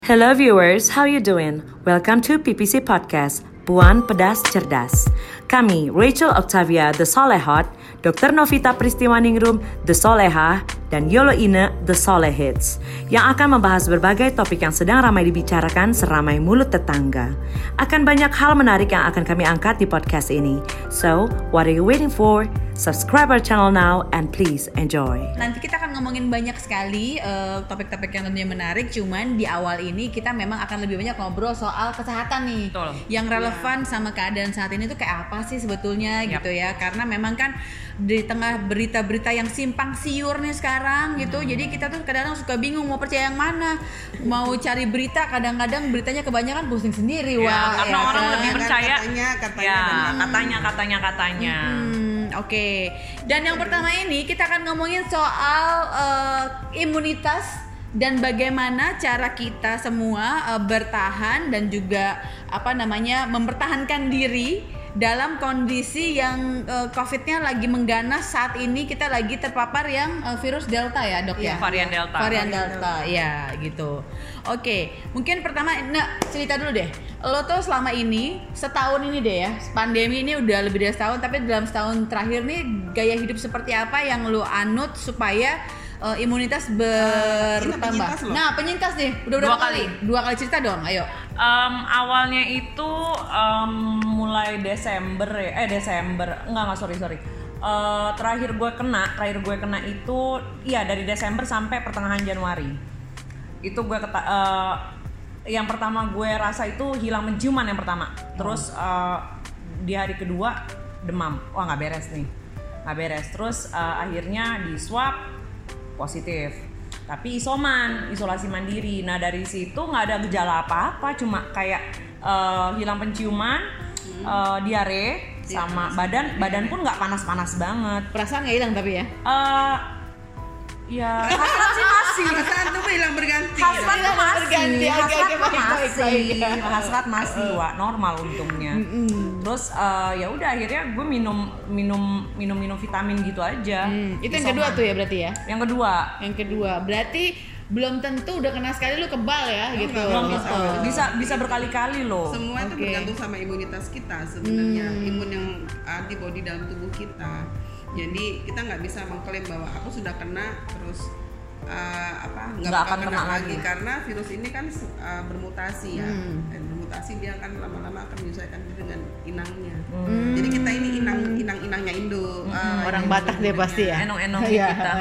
Hello viewers, how you doing? Welcome to PPC Podcast, Puan Pedas Cerdas. Kami, Rachel Octavia The Solehot, Dr. Novita Pristiwaningrum The Solehah, dan Yolo Ine The Solehits, yang akan membahas berbagai topik yang sedang ramai dibicarakan seramai mulut tetangga. Akan banyak hal menarik yang akan kami angkat di podcast ini. So, what are you waiting for? Subscribe our channel now and please enjoy. Nanti kita akan ngomongin banyak sekali topik-topik yang tentunya menarik. Cuman di awal ini kita memang akan lebih banyak ngobrol soal kesehatan nih. Betul. Yang relevan sama keadaan saat ini tuh kayak apa sih sebetulnya gitu ya. Karena memang kan di tengah berita-berita yang simpang siur nih sekarang gitu. Jadi kita tuh kadang-kadang suka bingung mau percaya yang mana. Mau cari berita kadang-kadang beritanya kebanyakan pusing sendiri. Karena orang lebih percaya katanya. Oke. Dan yang pertama ini kita akan ngomongin soal imunitas dan bagaimana cara kita semua bertahan dan juga mempertahankan diri dalam kondisi yang COVID-nya lagi mengganas saat ini. Kita lagi terpapar yang virus Delta ya, Dok ya? Varian Delta, ya gitu. Oke, mungkin pertama cerita dulu deh. Lo tuh selama ini, setahun ini deh ya, pandemi ini udah lebih dari setahun, tapi dalam setahun terakhir nih gaya hidup seperti apa yang lo anut supaya imunitas bertambah? Penyintas nih, udah berapa kali? Dua kali cerita dong, ayo. Awalnya itu mulai Desember. Terakhir gue kena itu ya dari Desember sampai pertengahan Januari. Itu gue yang pertama gue rasa itu hilang penciuman yang pertama. Terus di hari kedua demam. Wah, nggak beres. Terus akhirnya di swab positif. Tapi isolasi mandiri. Nah dari situ nggak ada gejala apa-apa, cuma kayak hilang penciuman, diare, sama badan pun nggak panas-panas banget. Perasaan nggak hilang tapi ya? Ya hasrat tuh hilang berganti. Hasrat masih normal untungnya. Terus ya udah akhirnya gue minum vitamin gitu aja. Itu yang kedua tuh ya berarti ya? Yang kedua berarti belum tentu udah kena sekali lu kebal ya gitu. Bisa berkali-kali loh. Semua itu bergantung sama imunitas kita sebenarnya. Imun yang antibody dalam tubuh kita. Jadi kita nggak bisa mengklaim bahwa aku sudah kena terus nggak akan kena lagi karena virus ini kan bermutasi ya. Dan bermutasi dia akan lama-lama akan menyesuaikan diri dengan inangnya. Jadi kita ini inangnya Indo. Orang Batak deh pasti ya. Enong kita.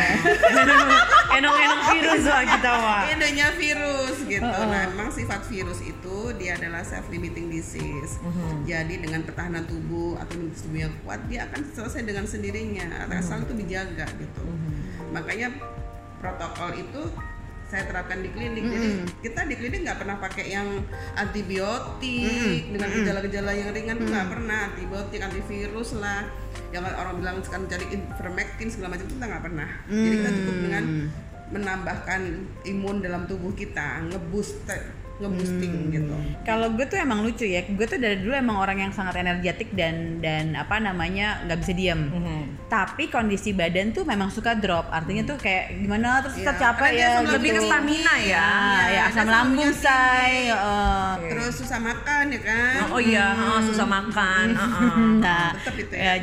Enong virus kita wah. Indonya virus gitu. Nah, memang sifat virus itu dia adalah self limiting disease. Jadi dengan pertahanan tubuh atau imunitas tubuh yang kuat dia akan selesai dengan sendirinya. Asal itu dijaga gitu. Makanya protokol itu saya terapkan di klinik. Jadi kita di klinik nggak pernah pakai yang antibiotik dengan gejala-gejala yang ringan tuh nggak pernah. Antibiotik, antivirus lah, yang orang bilang sekarang cari ivermectin segala macam, kita nggak pernah. Jadi kita cukup dengan menambahkan imun dalam tubuh kita, nge-boosting gitu. Kalau gue tuh emang lucu ya, gue tuh dari dulu emang orang yang sangat energetik dan nggak bisa diam. Tapi kondisi badan tuh memang suka drop, artinya tuh kayak gimana terus tetap capek ya, lebih ke stamina ya. Asam lambung say, terus susah makan ya kan? Susah makan. Nah, itu ya.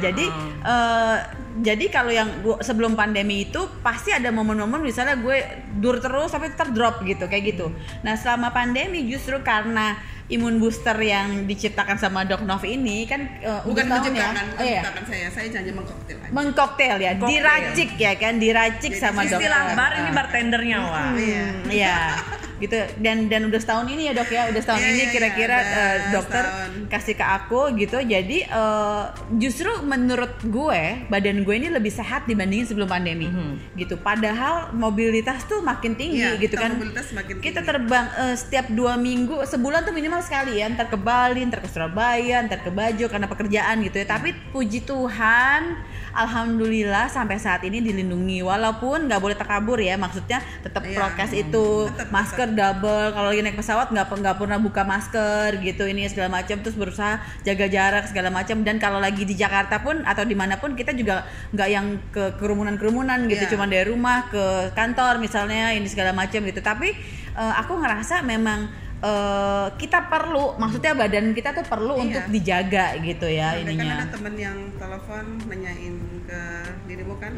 Jadi kalau yang sebelum pandemi itu pasti ada momen-momen misalnya gue dur terus tapi tetap drop gitu kayak gitu. Nah selama pandemi justru karena imun booster yang diciptakan sama Dok Nov ini kan bukan menciptakan saya janji mengkoktel ya, diracik ya kan, diracik sama dokter. Istilah bar ini bartendernya wah. Iya. Gitu dan udah setahun ini ya Dok ya, udah setahun ini kira-kira dokter kasih ke aku gitu. Jadi justru menurut gue badan gue ini lebih sehat dibandingin sebelum pandemi gitu. Padahal mobilitas tuh makin tinggi gitu kan. Kita terbang setiap 2 minggu, sebulan tuh minimal sekali ya, ntar ke Bali, ntar ke Surabaya, ntar ke Bajo karena pekerjaan gitu ya. Tapi puji Tuhan, alhamdulillah sampai saat ini dilindungi, walaupun nggak boleh takabur ya, maksudnya tetap prokes itu, masker double, kalau lagi naik pesawat nggak pernah buka masker gitu, ini segala macam, terus berusaha jaga jarak segala macam. Dan kalau lagi di Jakarta pun atau dimanapun kita juga nggak yang ke kerumunan gitu, cuma dari rumah ke kantor misalnya ini segala macam gitu. Tapi aku ngerasa memang kita perlu, maksudnya badan kita tuh perlu untuk dijaga gitu ya ininya. Kan ada temen yang telepon nanyain ke dirimu kan,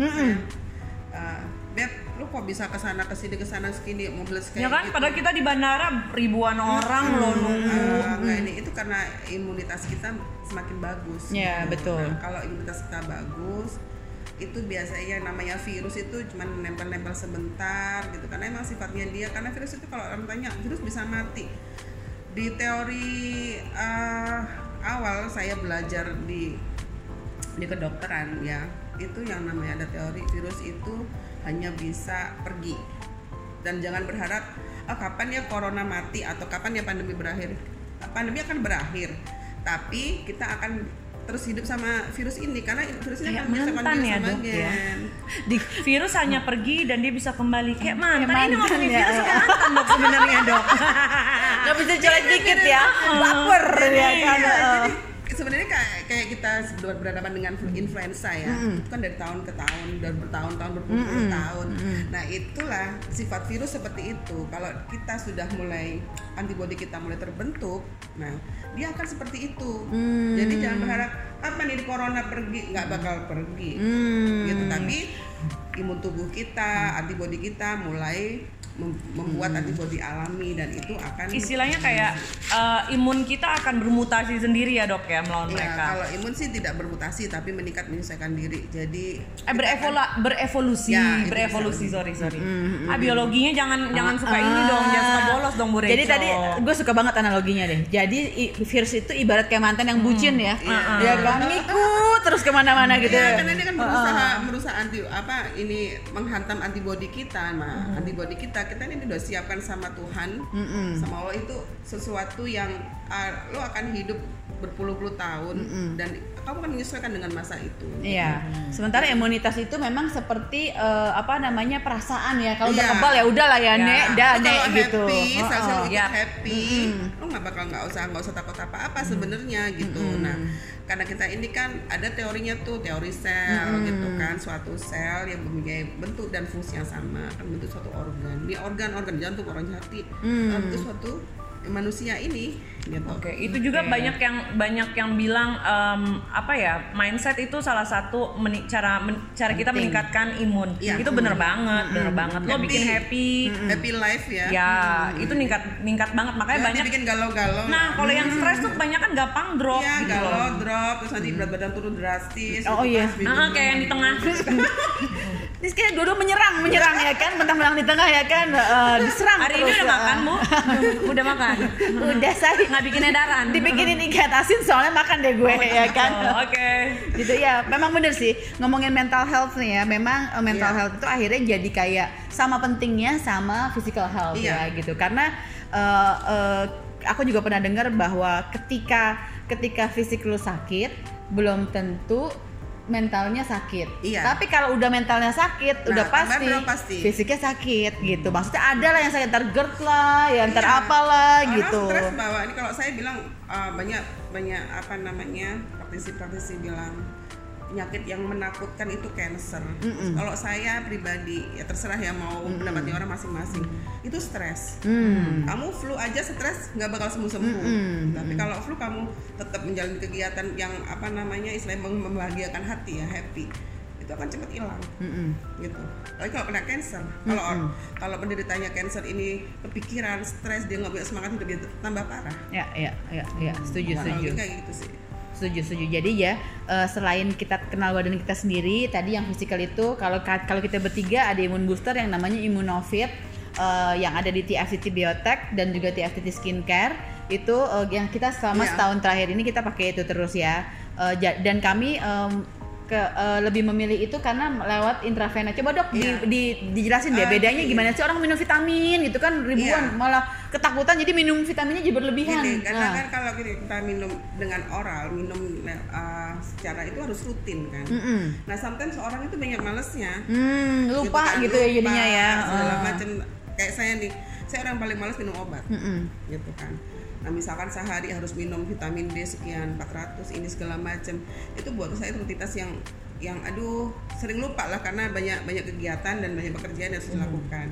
Beb, lu kok bisa kesana sini mobil kayak ya kan, gitu. padahal kita di bandara ribuan orang lo nunggu. Nah ini itu karena imunitas kita semakin bagus. Ya betul. Nah, kalau imunitas kita bagus, itu biasanya yang namanya virus itu cuma nempel-nempel sebentar gitu, karena emang sifatnya dia, karena virus itu kalau orang tanya virus bisa mati. Di teori awal saya belajar di kedokteran ya, itu yang namanya ada teori virus itu hanya bisa pergi, dan jangan berharap kapan ya corona mati atau kapan ya pandemi berakhir. Pandemi akan berakhir, tapi kita akan terus hidup sama virus ini karena virus ini akan mantan ya dok ya. Virus hanya pergi dan dia bisa kembali kayak mantan. Ini ngomongin virus kayak mantan dok sebenarnya dok. Nggak bisa jelek dikit ya, baper ya kan. Jadi sebenarnya kayak kita berhadapan dengan influenza ya, itu kan dari tahun ke tahun, dari bertahun-tahun, berpuluh-puluh tahun. Nah itulah sifat virus seperti itu. Kalau kita sudah mulai antibodi kita mulai terbentuk, nah dia akan seperti itu. Jadi jangan berharap kapan ini corona pergi, nggak bakal pergi, gitu. Tapi imun tubuh kita, antibodi kita mulai membuat antibodi alami, dan itu akan istilahnya kayak imun kita akan bermutasi sendiri ya dok ya melawan mereka. Kalau imun sih tidak bermutasi tapi meningkat menyesuaikan diri. Jadi berevolusi. Sorry. Biologinya jangan suka ini dong, jangan suka bolos dong Bu Rachel. Jadi tadi gue suka banget analoginya deh. Jadi virus itu ibarat kayak mantan yang bucin ya. Dia kan ngikut terus kemana-mana gitu. Ya, karena dia kan berusaha menghantam antibodi kita. Nah, antibodi kita ini udah siapkan sama Tuhan, sama Allah, itu sesuatu yang lo akan hidup berpuluh-puluh tahun, dan kamu akan menyesuaikan dengan masa itu. Iya. Sementara imunitas itu memang seperti perasaan ya. Kalau udah kebal ya udahlah ya, nek gitu. Kalau happy, lo nggak usah takut apa-apa sebenarnya gitu. Nah, karena kita ini kan ada teorinya tuh, teori sel gitu kan, suatu sel yang mempunyai bentuk dan fungsi yang sama akan bentuk suatu organ. Di organ jantung, organ hati, itu suatu manusia ini gitu. Oke, itu juga banyak yang bilang mindset itu salah satu cara kita meningkatkan imun. Ya. Itu bener banget. Lo bikin happy life ya. Ya, itu meningkat banget, makanya banyak bikin galau-galau. Nah, kalau yang stres tuh kebanyakan gampang drop ya, gitu. Drop terus nanti berat badan turun drastis. Oh iya. Kayak yang di tengah. Terus kayak dua menyerang ya kan, mentang-mentang di tengah ya kan, diserang. Hari terus. Ini udah makan Bu? Udah makan? Udah saya nggak bikin edaran. Dibikinin ikan asin soalnya makan deh gue ya kan. Oke. Gitu ya, memang bener sih ngomongin mental health nih ya. Memang mental health itu akhirnya jadi kayak sama pentingnya sama physical health ya gitu. Karena aku juga pernah dengar bahwa ketika fisik lu sakit belum tentu mentalnya sakit. Tapi kalau udah mentalnya sakit, udah pasti fisiknya sakit gitu. Maksudnya ada lah yang sakit, ntar GERD lah, ya ntar apalah gitu. Orang stres bahwa ini, kalau saya bilang banyak praktisi bilang penyakit yang menakutkan itu cancer. Kalau saya pribadi ya terserah ya mau pendapatnya orang masing-masing. Itu stres. Kamu flu aja stres nggak bakal sembuh-sembuh. Tapi kalau flu kamu tetap menjalani kegiatan yang istilahnya membahagiakan hati ya, happy, itu akan cepat hilang. Gitu. Tapi kalau kena cancer, kalau penderitanya cancer ini kepikiran, stres, dia nggak bisa semangat hidup, dia tambah parah. Ya, setuju. Kayak gitu sih. Setuju. Jadi ya selain kita kenal badan kita sendiri, tadi yang fisikal itu kalau kita bertiga ada imun booster yang namanya Immunovit yang ada di TFTT Biotech dan juga TFTT Skincare. Itu yang kita selama setahun terakhir ini kita pakai itu terus ya. Dan kami lebih memilih itu karena lewat intravena. Coba dok dijelasin deh bedanya gimana sih orang minum vitamin gitu kan ribuan malah ketakutan jadi minum vitaminnya jadi berlebihan. Karena kan kalau kita minum dengan oral, secara itu harus rutin kan. Nah sometimes orang itu banyak malesnya. Lupa gitu ya jadinya ya. Segala macam, kayak saya nih, saya orang paling malas minum obat. Gitu kan. Nah misalkan sehari harus minum vitamin D sekian 400 ini segala macam, itu buat saya rutinitas yang sering lupa lah karena banyak kegiatan dan banyak pekerjaan yang harus dilakukan.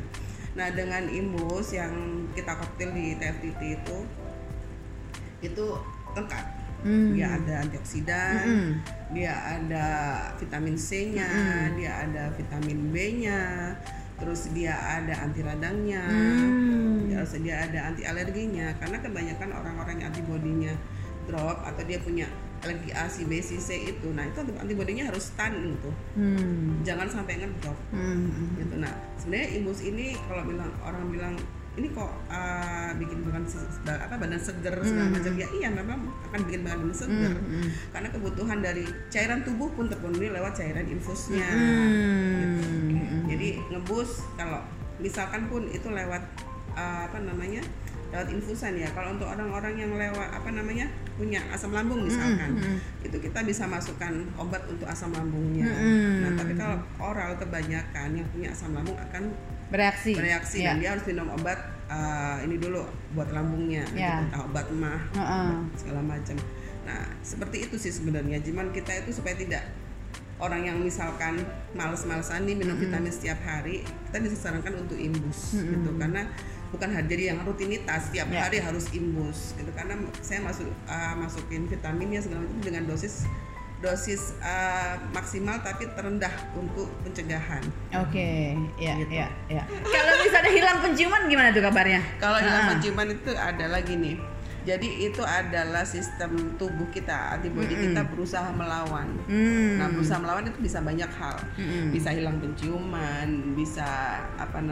Nah dengan imbus yang kita koktail di TFTT itu lengkap. Dia ada antioksidan, dia ada vitamin C-nya, dia ada vitamin B-nya, terus dia ada anti radangnya, terus dia ada anti alerginya. Karena kebanyakan orang-orang yang antibodinya drop atau dia punya alergi A, C, B, C itu, nah itu antibodinya harus stand gitu, jangan sampai ngedrop gitu. Nah sebenarnya imbus ini kalau orang bilang ini kok bikin badan seger segala macam, ya iya memang akan bikin badan seger karena kebutuhan dari cairan tubuh pun terpenuhi lewat cairan infusnya gitu. Jadi ngebus kalau misalkan pun itu lewat lewat infusan ya. Kalau untuk orang-orang yang lewat punya asam lambung misalkan, itu kita bisa masukkan obat untuk asam lambungnya. Nah tapi kalau oral kebanyakan yang punya asam lambung akan bereaksi dan dia harus minum obat ini dulu buat lambungnya, gitu, obat mah segala macam. Nah seperti itu sih sebenarnya. Cuman kita itu supaya tidak orang yang misalkan males-malesan nih minum vitamin setiap hari, kita bisa sarankan untuk imbus gitu, karena bukan jadi yang rutinitas setiap hari harus imbus gitu. Karena saya masukin vitaminnya segala macam dengan dosis maksimal tapi terendah untuk pencegahan. Oke, ya. Kalau misalnya hilang penciuman gimana tuh kabarnya? Kalau hilang penciuman itu ada lagi nih. Jadi itu adalah sistem tubuh kita, antibodi kita berusaha melawan. Nah, berusaha melawan itu bisa banyak hal. Bisa hilang penciuman, bisa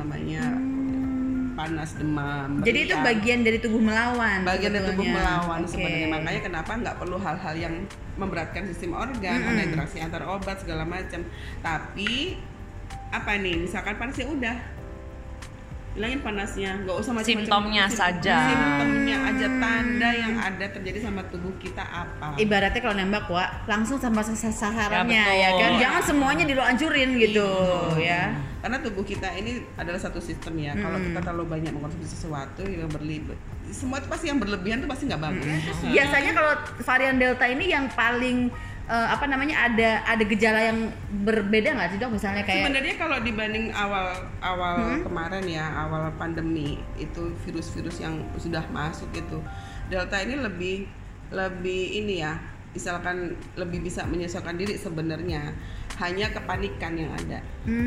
panas, demam. Jadi itu bagian dari tubuh melawan. Bagian dari tubuh melawan sebenarnya. Makanya kenapa nggak perlu hal-hal yang memberatkan sistem organ, ada interaksi antar obat segala macam. Tapi misalkan panasnya udah, hilangin panasnya, nggak usah macam-macam. Simptomnya aja, tanda yang ada terjadi sama tubuh kita apa. Ibaratnya kalau nembak langsung sama sasarannya ya kan, jangan semuanya dihancurin gitu ya. Karena tubuh kita ini adalah satu sistem ya. Kalau kita terlalu banyak mengkonsumsi sesuatu yang berlebihan, semua itu pasti yang berlebihan itu pasti nggak bagus. Biasanya kalau varian Delta ini yang paling ada gejala yang berbeda nggak sih dok? Misalnya kayak sebenarnya kalau dibanding awal kemarin ya, awal pandemi itu virus-virus yang sudah masuk itu, Delta ini lebih ini ya, misalkan lebih bisa menyesuaikan diri sebenarnya. Hanya kepanikan yang ada.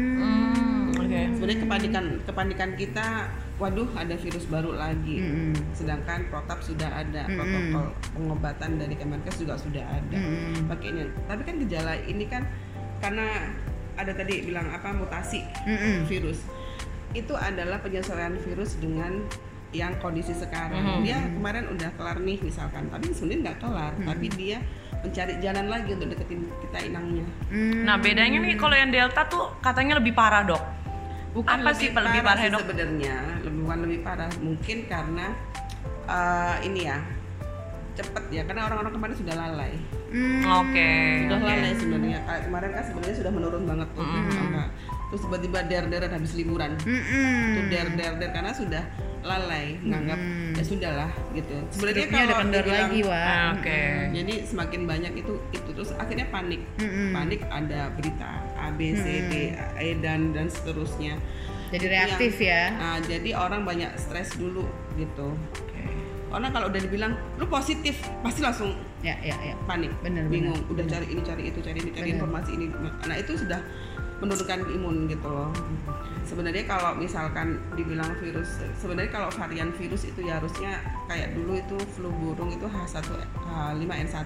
Sebenarnya kepanikan kita, waduh ada virus baru lagi. Sedangkan protap sudah ada, protokol pengobatan dari Kemenkes juga sudah ada. Pakainya. Tapi kan gejala ini kan karena ada tadi bilang mutasi virus. Itu adalah penyesuaian virus dengan yang kondisi sekarang. Dia kemarin udah kelar nih misalkan, tapi sebenarnya nggak kelar, tapi dia mencari jalan lagi untuk deketin kita inangnya. Nah bedanya nih kalau yang Delta tuh katanya lebih parah dok. Bukan apa sih lebih parah dok? Sebenarnya lebih parah mungkin karena ini ya cepet ya, karena orang-orang kemarin sudah lalai. Sudah lalai sebenarnya. Kemarin kan sebenarnya sudah menurun banget tuh. Terus tiba-tiba der-deran habis liburan. Tuh der-der karena sudah lalai, menganggap ya sudahlah gitu. Sebenarnya kalau udah kendor lagi, Jadi semakin banyak itu terus akhirnya panik. Panik, ada berita A, B, C, D, E dan seterusnya. Jadi reaktif ya. Nah, jadi orang banyak stres dulu gitu. Karena kalau udah dibilang lu positif, pasti langsung panik, bingung, udah cari ini, cari itu, cari informasi ini. Nah, itu sudah menurunkan imun gitu loh. Sebenarnya kalau misalkan dibilang virus, sebenarnya kalau varian virus itu ya harusnya kayak dulu itu flu burung itu H5N1,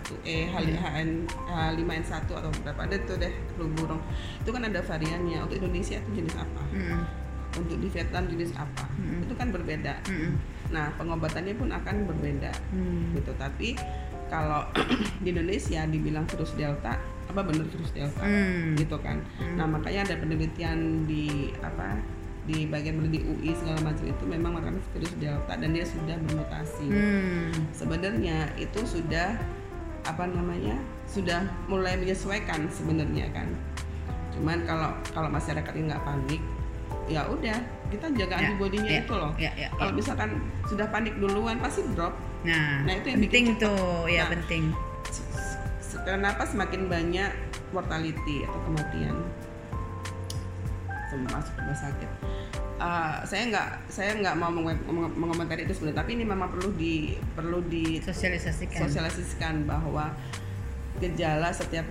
H5N1 atau berapa ada tuh deh flu burung. Itu kan ada variannya. Untuk Indonesia itu jenis apa? Untuk di Vietnam jenis apa? Itu kan berbeda. Nah, pengobatannya pun akan berbeda gitu. Tapi kalau di Indonesia dibilang virus Delta, apa benar virus Delta gitu kan. Nah, makanya ada penelitian di bagian di UI segala macam itu memang mengatakan virus Delta dan dia sudah bermutasi. Sebenarnya itu sudah sudah mulai menyesuaikan sebenarnya kan. Cuman kalau masyarakatnya nggak panik, ya udah kita jaga antibodinya itu loh. Kalau misalkan sudah panik duluan pasti drop. Nah itu yang penting bikin tuh ya. Penting. Kenapa semakin banyak mortality atau kematian masuk rumah sakit? saya nggak mau mengomentari itu sebenarnya, tapi ini memang perlu di sosialisasikan bahwa setiap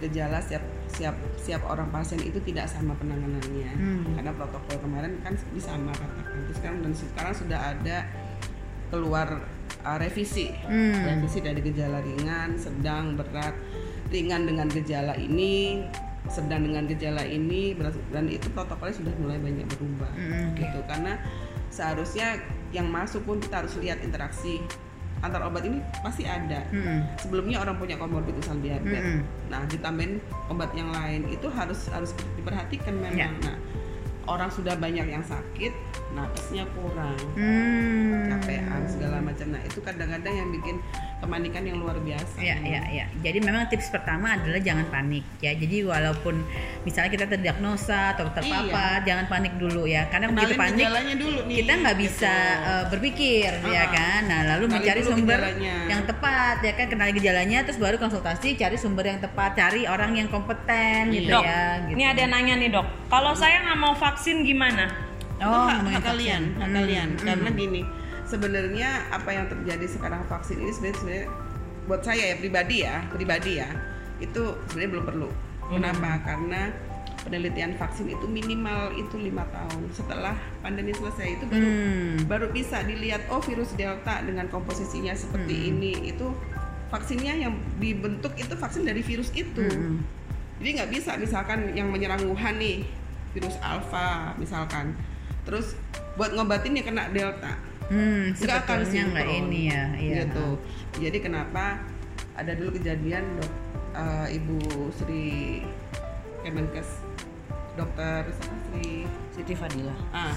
orang pasien itu tidak sama penanganannya, karena protokol kemarin kan disamaratakan. Terus sekarang sudah ada keluar revisi dari gejala ringan, sedang, berat, ringan dengan gejala ini, sedang dengan gejala ini, dan itu protokolnya sudah mulai banyak berubah gitu, karena seharusnya yang masuk pun kita harus lihat interaksi antar obat ini pasti ada. Sebelumnya orang punya komorbid misalnya diabetes, nah ditambahin obat yang lain itu harus diperhatikan memang. Nah, orang sudah banyak yang sakit, napasnya kurang, capean segala macam. Nah itu kadang-kadang yang bikin kepanikan yang luar biasa. Iya. Jadi memang tips pertama adalah jangan panik ya. Jadi walaupun misalnya kita terdiagnosa atau terpapar, jangan panik dulu ya. Karena begitu panik, dulu nih, kita nggak bisa berpikir ya kan. Nah lalu mencari sumber yang tepat ya kan. Kenali gejalanya, terus baru konsultasi, cari sumber yang tepat, cari orang yang kompeten gitu dok, ya. Gitu. Ini ada nanya nih dok, kalau saya nggak mau vaksin gimana? Hak kalian. Karena gini, sebenarnya apa yang terjadi sekarang vaksin ini sebenarnya buat saya ya pribadi ya itu sebenarnya belum perlu. Kenapa? Karena penelitian vaksin itu minimal itu 5 tahun setelah pandemi selesai itu baru bisa dilihat virus delta dengan komposisinya seperti ini, itu vaksinnya yang dibentuk itu vaksin dari virus itu. Jadi nggak bisa misalkan yang menyerang Wuhan nih virus alpha misalkan, terus buat ngobatin ya kena delta. Nggak akan sinkron ini ya, gitu. Jadi kenapa ada dulu kejadian Ibu Sri Kemenkes, Dokter Siti Fadila.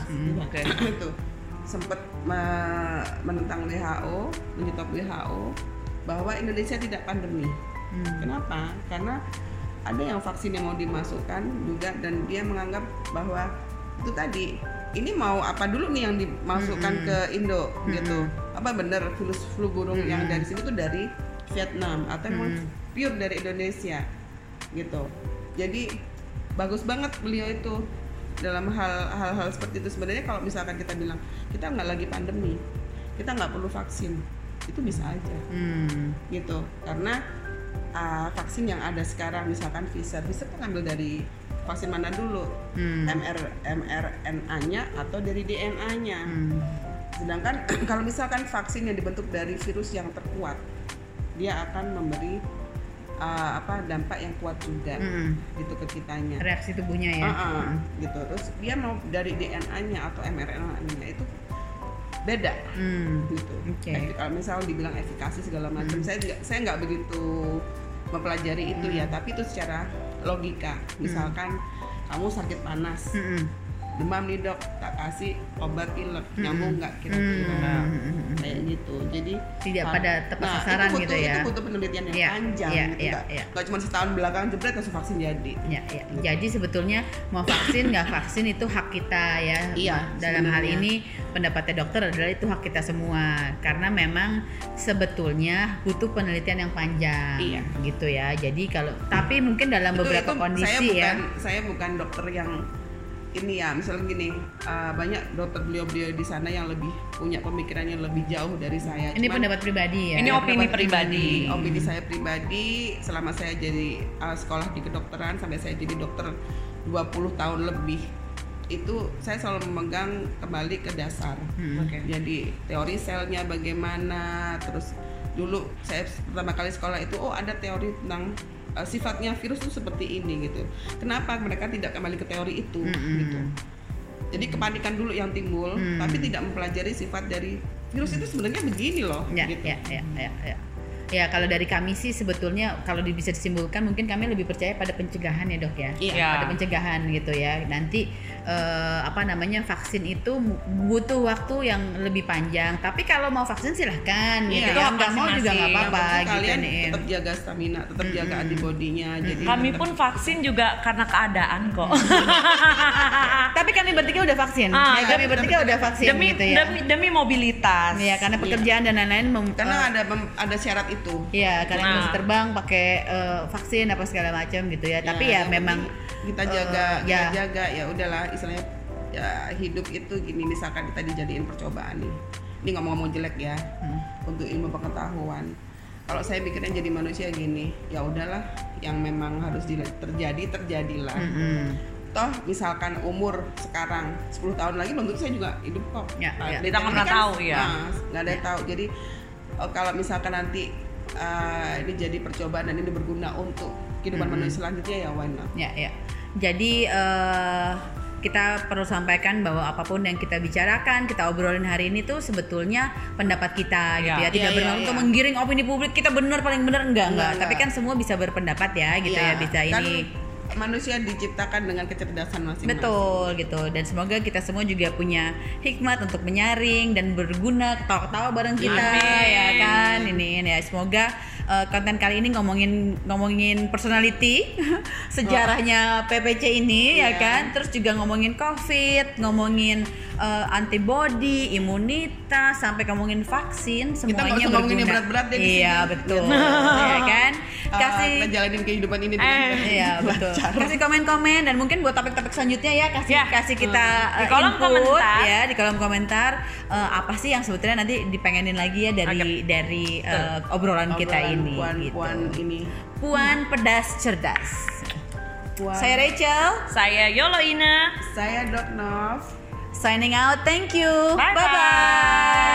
Itu sempat menentang WHO, menyetop WHO bahwa Indonesia tidak pandemi. Kenapa? Karena ada yang vaksin yang mau dimasukkan juga, dan dia menganggap bahwa itu tadi ini mau apa dulu nih yang dimasukkan ke Indo gitu. Apa benar virus flu burung yang dari sini tuh dari Vietnam atau emang pure dari Indonesia gitu. Jadi bagus banget beliau itu dalam hal-hal seperti itu. Sebenarnya kalau misalkan kita bilang kita nggak lagi pandemi, kita nggak perlu vaksin, itu bisa aja gitu. Karena vaksin yang ada sekarang misalkan Pfizer kan ambil dari vaksin mana dulu, mRNA-nya atau dari DNA-nya. Sedangkan kalau misalkan vaksin yang dibentuk dari virus yang terkuat, dia akan memberi dampak yang kuat juga gitu ke kitanya, reaksi tubuhnya ya. Gitu. Terus dia mau dari DNA-nya atau mRNA-nya itu beda gitu. Kalau misal dibilang efikasi segala macam, saya nggak begitu mempelajari itu ya, tapi itu secara logika. Misalkan kamu sakit panas, demam nih dok, tak kasih obat pilek, nyambung nggak kira-kira kayak gitu. Jadi tidak pada tepat sasaran gitu ya. Itu butuh penelitian yang panjang gitu, nggak cuma setahun belakangan jebret langsung vaksin jadi. Gitu. Jadi sebetulnya mau vaksin nggak vaksin itu hak kita ya. Dalam hal ini pendapatnya dokter adalah itu hak kita semua, karena memang sebetulnya butuh penelitian yang panjang gitu ya. Jadi kalau tapi mungkin dalam beberapa kondisi saya bukan dokter yang ini ya, misalnya gini, banyak dokter beliau di sana yang lebih punya pemikirannya lebih jauh dari saya. Ini pendapat pribadi ya. Ini opini pribadi. Opini saya pribadi selama saya jadi sekolah di kedokteran sampai saya jadi dokter 20 tahun lebih. Itu saya selalu memegang kembali ke dasar. Jadi teori selnya bagaimana, terus dulu saya pertama kali sekolah itu ada teori tentang sifatnya virus itu seperti ini gitu. Kenapa mereka tidak kembali ke teori itu gitu. Jadi kepanikan dulu yang timbul, tapi tidak mempelajari sifat dari virus itu sebenarnya begini loh gitu. Ya kalau dari kami sih sebetulnya kalau bisa disimpulkan mungkin kami lebih percaya pada pencegahan ya dok ya. Pada pencegahan gitu ya. Nanti vaksin itu butuh waktu yang lebih panjang. Tapi kalau mau vaksin silahkan gitu. Yang nggak mau juga nggak apa-apa gitu. Kalian tetap jaga stamina, tetap jaga antibodinya. Jadi kami pun vaksin juga karena keadaan kok. Tapi kami bertiga udah vaksin. Kami bertiga udah vaksin gitu ya. Demi mobilitas. Ya karena pekerjaan dan lain-lain. Karena ada syarat itu. Iya, karena bisa terbang pakai vaksin apa segala macam gitu ya. Tapi ya memang kita jaga ya udahlah istilahnya ya hidup itu gini, misalkan kita dijadiin percobaan nih. Ini ngomong-ngomong jelek ya, untuk ilmu pengetahuan. Kalau saya mikirnya jadi manusia gini, ya udahlah, yang memang harus terjadilah. Toh misalkan umur sekarang 10 tahun lagi belum tentu saya juga hidup kok. Kita nggak pernah tahu ya. Nggak ada yang tahu. Jadi kalau misalkan nanti ini jadi percobaan dan ini berguna untuk kehidupan manusia selanjutnya, ya why not? Ya. Jadi kita perlu sampaikan bahwa apapun yang kita bicarakan, kita obrolin hari ini tuh sebetulnya pendapat kita gitu ya. Tidak benar untuk menggiring opini publik kita benar paling benar, enggak. Tapi kan semua bisa berpendapat ya gitu ya, bisa kan ini. Manusia diciptakan dengan kecerdasan masing-masing. Betul gitu. Dan semoga kita semua juga punya hikmat untuk menyaring dan berguna, ketawa-ketawa bareng kita ya kan. Ini ya, semoga konten kali ini ngomongin personality, sejarahnya PPC ini ya kan. Terus juga ngomongin COVID, ngomongin antibody, imunitas, sampai ngomongin vaksin, semuanya kita ngomongin yang berat-berat deh. Iya betul. Ya kan. Kita jalanin kehidupan ini dengan iya betul. Kasih komen-komen dan mungkin buat topik-topik selanjutnya ya kasih kita di kolom input komentar ya, di kolom komentar apa sih yang sebetulnya nanti dipengenin lagi ya dari obrolan kita ini. Puan ini. Puan Pedas Cerdas. Saya Rachel. Saya Yolo Ina. Saya Dok Nov. Signing out. Thank you. Bye-bye. Bye-bye.